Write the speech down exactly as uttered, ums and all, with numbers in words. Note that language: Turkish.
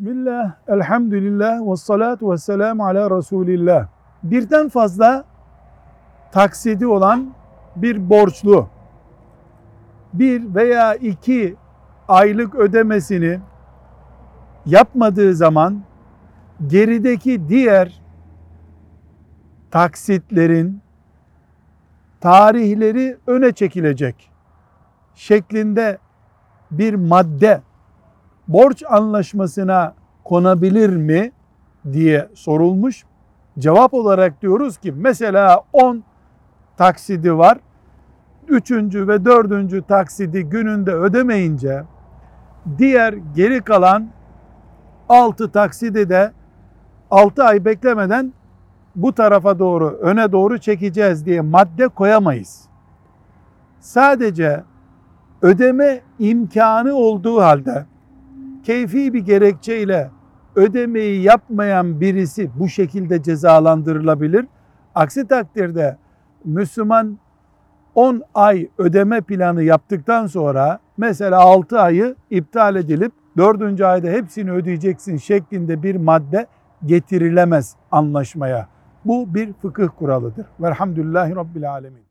Bismillah, elhamdülillah, ve salatu ve selamu ala Resulillah. Birden fazla taksidi olan bir borçlu, bir veya iki aylık ödemesini yapmadığı zaman gerideki diğer taksitlerin tarihleri öne çekilecek şeklinde bir madde borç anlaşmasına konabilir mi diye sorulmuş. Cevap olarak diyoruz ki mesela on taksidi var. Üçüncü ve dördüncü taksidi gününde ödemeyince diğer geri kalan altı taksidi de altı ay beklemeden bu tarafa doğru, öne doğru çekeceğiz diye madde koyamayız. Sadece ödeme imkanı olduğu halde keyfi bir gerekçeyle ödemeyi yapmayan birisi bu şekilde cezalandırılabilir. Aksi takdirde Müslüman on ay ödeme planı yaptıktan sonra mesela altı ayı iptal edilip dördüncü ayda hepsini ödeyeceksin şeklinde bir madde getirilemez anlaşmaya. Bu bir fıkıh kuralıdır. Velhamdülillahi Rabbil Alemin.